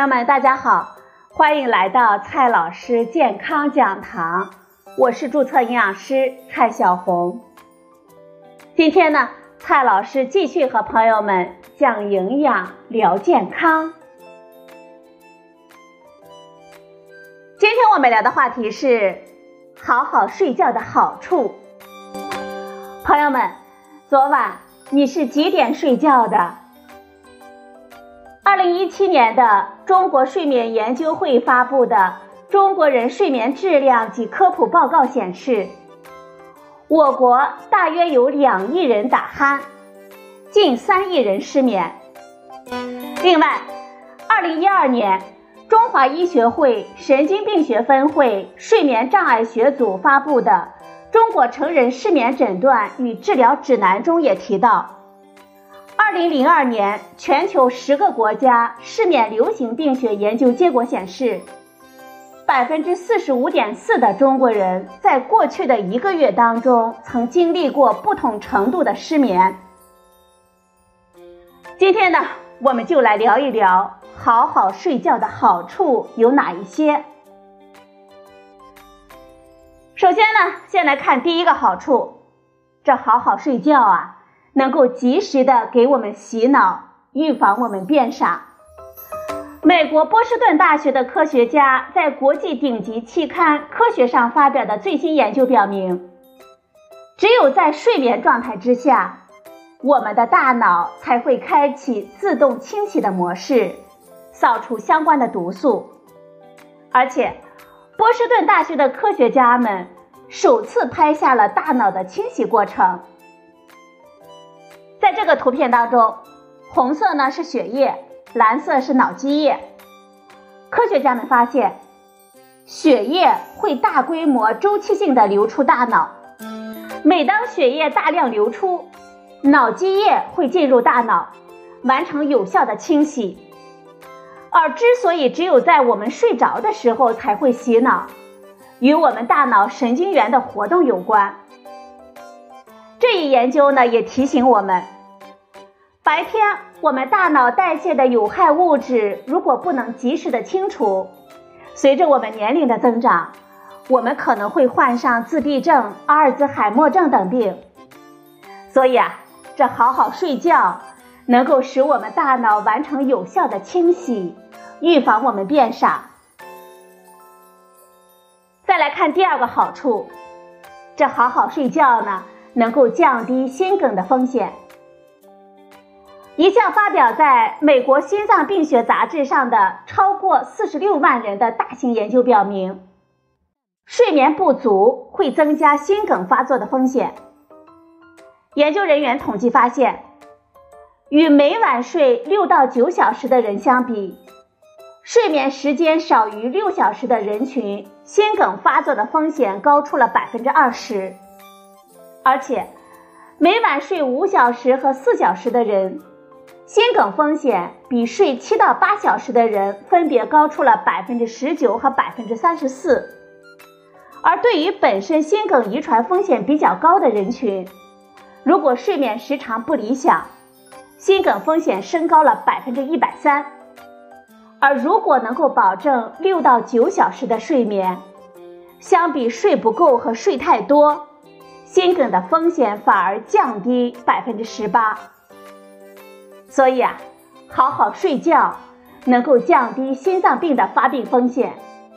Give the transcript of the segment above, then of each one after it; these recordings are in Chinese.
友们，大家好，欢迎来到蔡老师健康讲堂，我是注册营养师蔡小红。今天呢，蔡老师继续和朋友们讲营养聊健康。今天我们聊的话题是好好睡觉的好处。朋友们，昨晚你是几点睡觉的？2017年的中国睡眠研究会发布的《中国人睡眠质量及科普报告》显示，我国大约有2亿人打鼾，近3亿人失眠。另外，2012年中华医学会神经病学分会睡眠障碍学组发布的《中国成人失眠诊断与治疗指南》中也提到，2002年全球10个国家失眠流行病学研究结果显示，45.4%的中国人在过去的1个月当中曾经历过不同程度的失眠。今天呢，我们就来聊一聊好好睡觉的好处有哪一些。首先呢，先来看第一个好处，这好好睡觉啊，能够及时的给我们洗脑，预防我们变傻。美国波士顿大学的科学家在国际顶级期刊《科学》上发表的最新研究表明，只有在睡眠状态之下，我们的大脑才会开启自动清洗的模式，扫除相关的毒素。而且波士顿大学的科学家们首次拍下了大脑的清洗过程。在这个图片当中，红色呢是血液，蓝色是脑积液。科学家们发现，血液会大规模周期性的流出大脑，每当血液大量流出，脑积液会进入大脑，完成有效的清洗。而之所以只有在我们睡着的时候才会洗脑，与我们大脑神经元的活动有关。这一研究呢，也提醒我们，白天我们大脑代谢的有害物质如果不能及时的清除，随着我们年龄的增长，我们可能会患上自闭症、阿尔兹海默症等病。所以啊，这好好睡觉能够使我们大脑完成有效的清洗，预防我们变傻。再来看第二个好处，这好好睡觉呢，能够降低心梗的风险。一项发表在美国心脏病学杂志上的超过46万人的大型研究表明，睡眠不足会增加心梗发作的风险。研究人员统计发现，与每晚睡6到9小时的人相比，睡眠时间少于6小时的人群，心梗发作的风险高出了20%。而且每晚睡5小时和4小时的人，心梗风险比睡7到8小时的人分别高出了19%和34%。而对于本身心梗遗传风险比较高的人群，如果睡眠时长不理想，心梗风险升高了130%。而如果能够保证6到9小时的睡眠，相比睡不够和睡太多，心梗的风险反而降低18%。所以啊，好好睡觉能够降低心脏病的发病风险。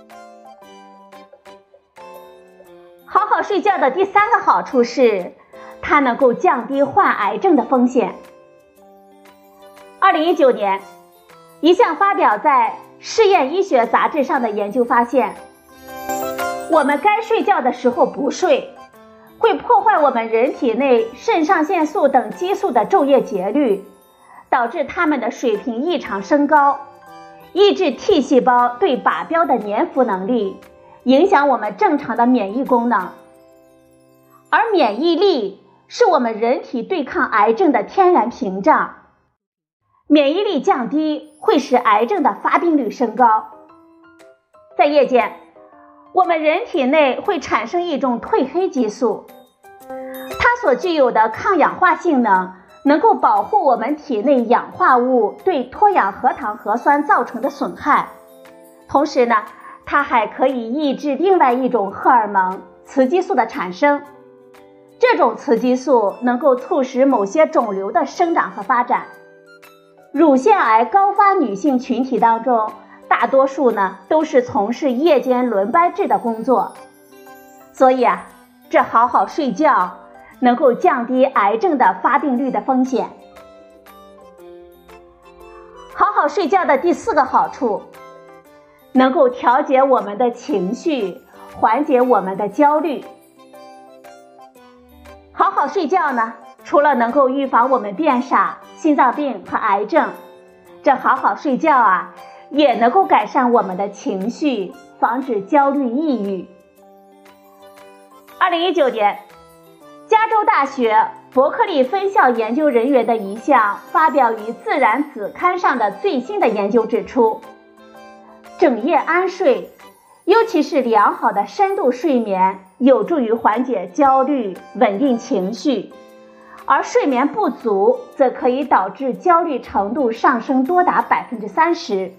好好睡觉的第三个好处是，它能够降低患癌症的风险。2019年，一项发表在《试验医学杂志》上的研究发现，我们该睡觉的时候不睡，会破坏我们人体内肾上腺素等激素的昼夜节律，导致它们的水平异常升高，抑制 T 细胞对靶标的粘附能力，影响我们正常的免疫功能。而免疫力是我们人体对抗癌症的天然屏障，免疫力降低会使癌症的发病率升高。在夜间，我们人体内会产生一种褪黑激素，它所具有的抗氧化性能能够保护我们体内氧化物对脱氧核糖核酸造成的损害，同时呢，它还可以抑制另外一种荷尔蒙雌激素的产生。这种雌激素能够促使某些肿瘤的生长和发展。乳腺癌高发女性群体当中，大多数呢都是从事夜间轮班制的工作，所以这好好睡觉能够降低癌症的发病率的风险。好好睡觉的第4个好处，能够调节我们的情绪，缓解我们的焦虑。好好睡觉呢，除了能够预防我们变傻、心脏病和癌症，这好好睡觉也能够改善我们的情绪，防止焦虑抑郁。2019年，加州大学伯克利分校研究人员的一项发表于《自然》子刊上的最新的研究指出，整夜安睡，尤其是良好的深度睡眠，有助于缓解焦虑，稳定情绪，而睡眠不足则可以导致焦虑程度上升多达 30%。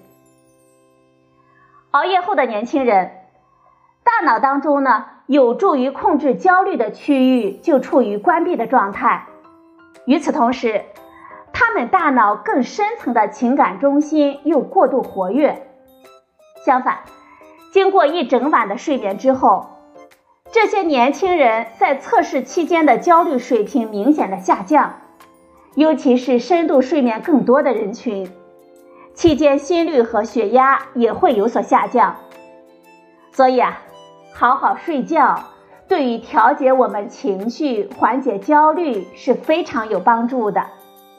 熬夜后的年轻人，大脑当中呢有助于控制焦虑的区域就处于关闭的状态，与此同时，他们大脑更深层的情感中心又过度活跃。相反，经过一整晚的睡眠之后，这些年轻人在测试期间的焦虑水平明显的下降，尤其是深度睡眠更多的人群，期间心率和血压也会有所下降。所以好好睡觉对于调节我们情绪、缓解焦虑是非常有帮助的。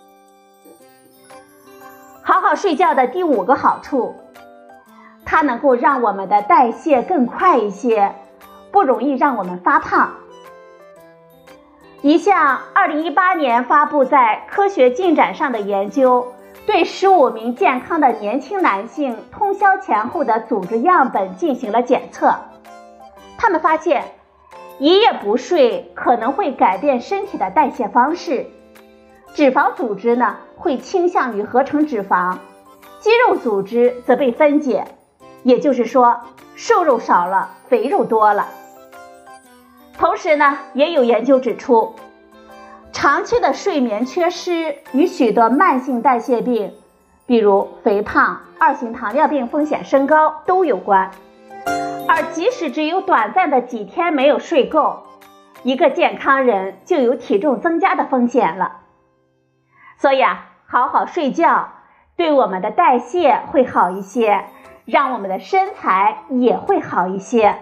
好好睡觉的第5个好处，它能够让我们的代谢更快一些，不容易让我们发胖。一项2018年发布在科学进展上的研究，对15名健康的年轻男性通宵前后的组织样本进行了检测。他们发现，一夜不睡可能会改变身体的代谢方式，脂肪组织呢会倾向于合成脂肪，肌肉组织则被分解，也就是说，瘦肉少了，肥肉多了。同时呢，也有研究指出，长期的睡眠缺失与许多慢性代谢病，比如肥胖、2型糖尿病风险升高都有关。而即使只有短暂的几天没有睡够，一个健康人就有体重增加的风险了。所以好好睡觉对我们的代谢会好一些，让我们的身材也会好一些。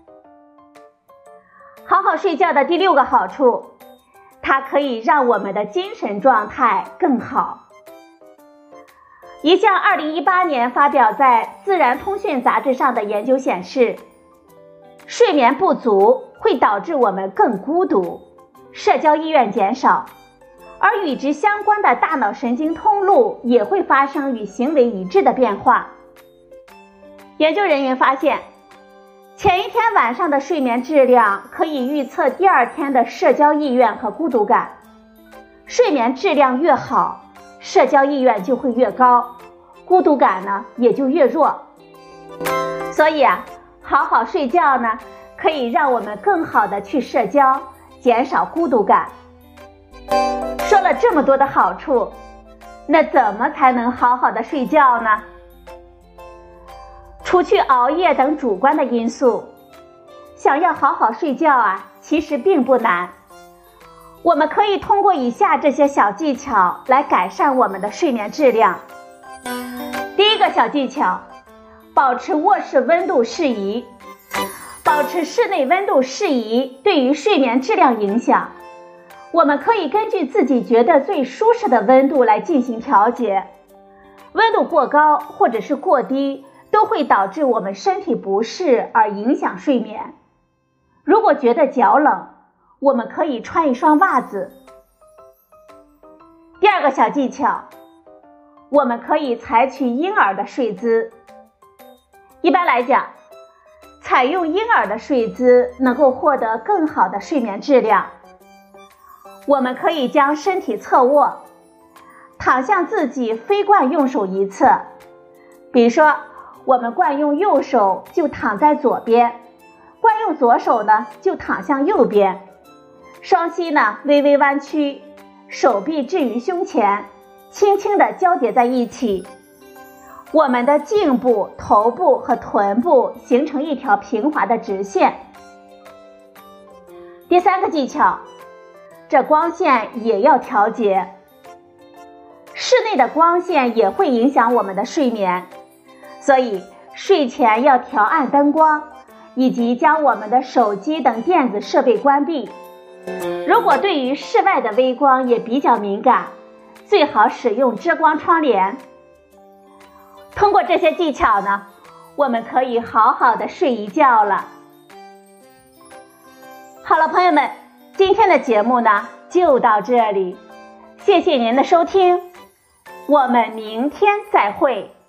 好好睡觉的第6个好处，它可以让我们的精神状态更好。一项2018年发表在《自然通讯》杂志上的研究显示，睡眠不足会导致我们更孤独，社交意愿减少，而与之相关的大脑神经通路也会发生与行为一致的变化。研究人员发现，前一天晚上的睡眠质量可以预测第2天的社交意愿和孤独感。睡眠质量越好，社交意愿就会越高，孤独感呢也就越弱。所以好好睡觉呢，可以让我们更好的去社交，减少孤独感。说了这么多的好处，那怎么才能好好的睡觉呢？除去熬夜等主观的因素，想要好好睡觉其实并不难。我们可以通过以下这些小技巧来改善我们的睡眠质量。第1个小技巧，保持卧室温度适宜。保持室内温度适宜对于睡眠质量影响，我们可以根据自己觉得最舒适的温度来进行调节。温度过高或者是过低都会导致我们身体不适而影响睡眠。如果觉得脚冷，我们可以穿一双袜子。第2个小技巧，我们可以采取婴儿的睡姿。一般来讲，采用婴儿的睡姿能够获得更好的睡眠质量。 我们可以将身体侧卧，躺向自己非惯用手一侧，比如说我们惯用右手就躺在左边，惯用左手呢就躺向右边，双膝呢微微弯曲，手臂置于胸前，轻轻地交叠在一起，我们的颈部、头部和臀部形成一条平滑的直线。第三个技巧，这光线也要调节。室内的光线也会影响我们的睡眠，所以睡前要调暗灯光，以及将我们的手机等电子设备关闭。如果对于室外的微光也比较敏感，最好使用遮光窗帘。通过这些技巧呢，我们可以好好的睡一觉了。好了，朋友们，今天的节目呢就到这里，谢谢您的收听，我们明天再会。